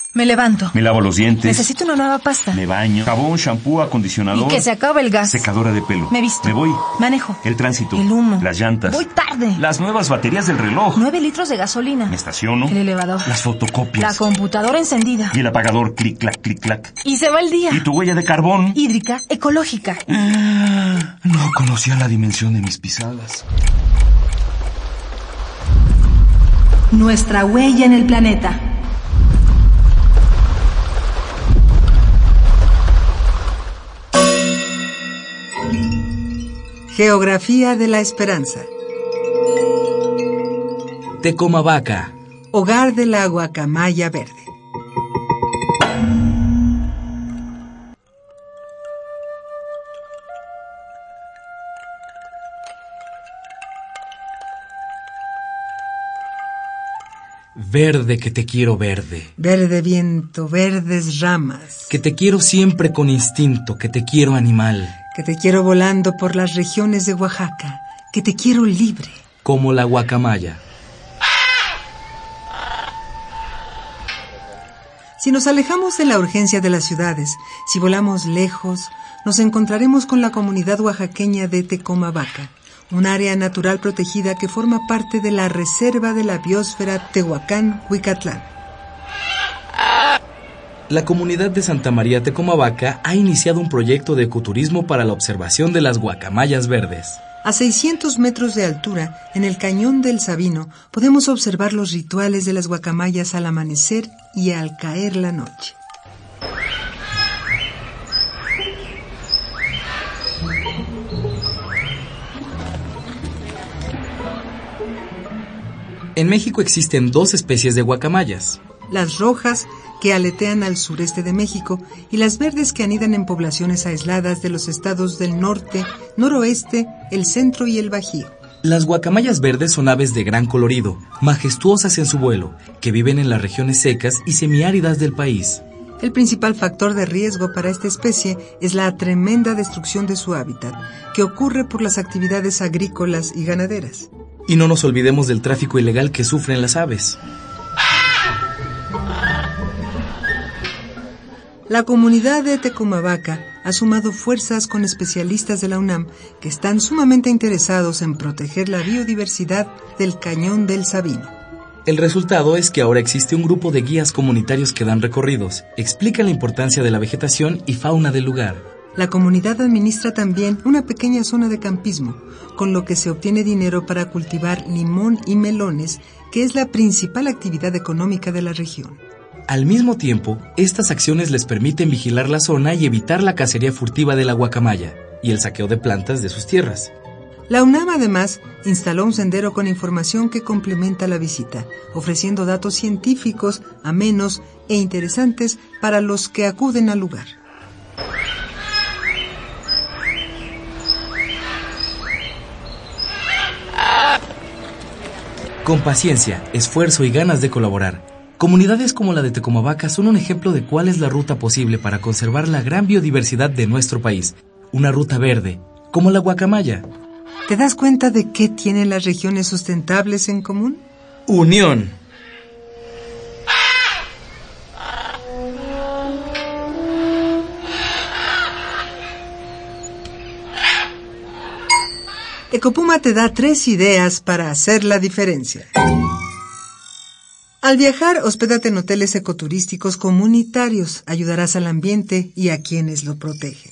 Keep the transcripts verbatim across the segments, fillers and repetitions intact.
Me levanto. Me lavo los dientes. Necesito una nueva pasta. Me baño. Jabón, shampoo, acondicionador. Y que se acabe el gas. Secadora de pelo. Me visto. Me voy. Manejo. El tránsito. El humo. Las llantas. Voy tarde. Las nuevas baterías del reloj. Nueve litros de gasolina. Me estaciono. El elevador. Las fotocopias. La computadora encendida. Y el apagador clic, clac, clic, clac. Y se va el día. Y tu huella de carbón. Hídrica, ecológica. Ah, no conocía la dimensión de mis pisadas. Nuestra huella en el planeta. Geografía de la Esperanza. Tecomavaca, hogar de la guacamaya verde. verde que te quiero verde. Verde viento, verdes ramas. Que te quiero siempre con instinto, que te quiero animal. Que te quiero volando por las regiones de Oaxaca. Que te quiero libre. Como la guacamaya. Si nos alejamos de la urgencia de las ciudades, si volamos lejos, nos encontraremos con la comunidad oaxaqueña de Tecomavaca, un área natural protegida que forma parte de la Reserva de la Biosfera Tehuacán-Huicatlán. La comunidad de Santa María Tecomavaca ha iniciado un proyecto de ecoturismo para la observación de las guacamayas verdes. A seiscientos metros de altura, en el cañón del Sabino, podemos observar los rituales de las guacamayas al amanecer y al caer la noche. En México existen dos especies de guacamayas. Las rojas, que aletean al sureste de México, y las verdes que anidan en poblaciones aisladas de los estados del norte, noroeste, el centro y el Bajío. Las guacamayas verdes son aves de gran colorido, majestuosas en su vuelo, que viven en las regiones secas y semiáridas del país. El principal factor de riesgo para esta especie es la tremenda destrucción de su hábitat, que ocurre por las actividades agrícolas y ganaderas. Y no nos olvidemos del tráfico ilegal que sufren las aves. La comunidad de Tecomavaca ha sumado fuerzas con especialistas de la UNAM que están sumamente interesados en proteger la biodiversidad del Cañón del Sabino. El resultado es que ahora existe un grupo de guías comunitarios que dan recorridos, explican la importancia de la vegetación y fauna del lugar. La comunidad administra también una pequeña zona de campismo, con lo que se obtiene dinero para cultivar limón y melones, que es la principal actividad económica de la región. Al mismo tiempo, estas acciones les permiten vigilar la zona y evitar la cacería furtiva de la guacamaya y el saqueo de plantas de sus tierras. La UNAM, además, instaló un sendero con información que complementa la visita, ofreciendo datos científicos, amenos e interesantes para los que acuden al lugar. Con paciencia, esfuerzo y ganas de colaborar, comunidades como la de Tecomavaca son un ejemplo de cuál es la ruta posible para conservar la gran biodiversidad de nuestro país. Una ruta verde, como la guacamaya. ¿Te das cuenta de qué tienen las regiones sustentables en común? Unión. Ecopuma te da tres ideas para hacer la diferencia. Al viajar, hospédate en hoteles ecoturísticos comunitarios. Ayudarás al ambiente y a quienes lo protegen.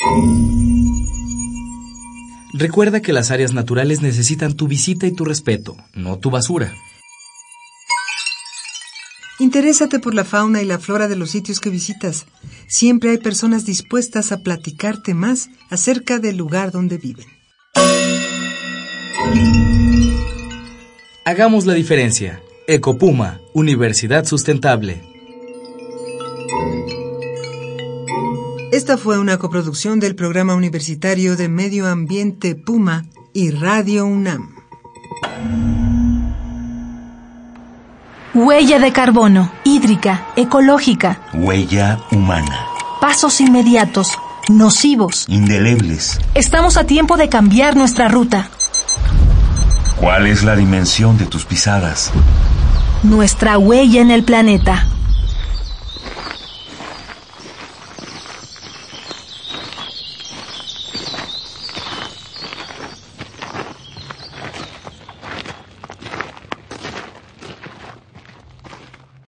Recuerda que las áreas naturales necesitan tu visita y tu respeto, no tu basura. Interésate por la fauna y la flora de los sitios que visitas. Siempre hay personas dispuestas a platicarte más acerca del lugar donde viven. Hagamos la diferencia. Ecopuma, Universidad Sustentable. Esta fue una coproducción del Programa Universitario de Medio Ambiente Puma y Radio UNAM. Huella de carbono, hídrica, ecológica. Huella humana. Pasos inmediatos, nocivos. Indelebles. Estamos a tiempo de cambiar nuestra ruta. ¿Cuál es la dimensión de tus pisadas? Nuestra huella en el planeta.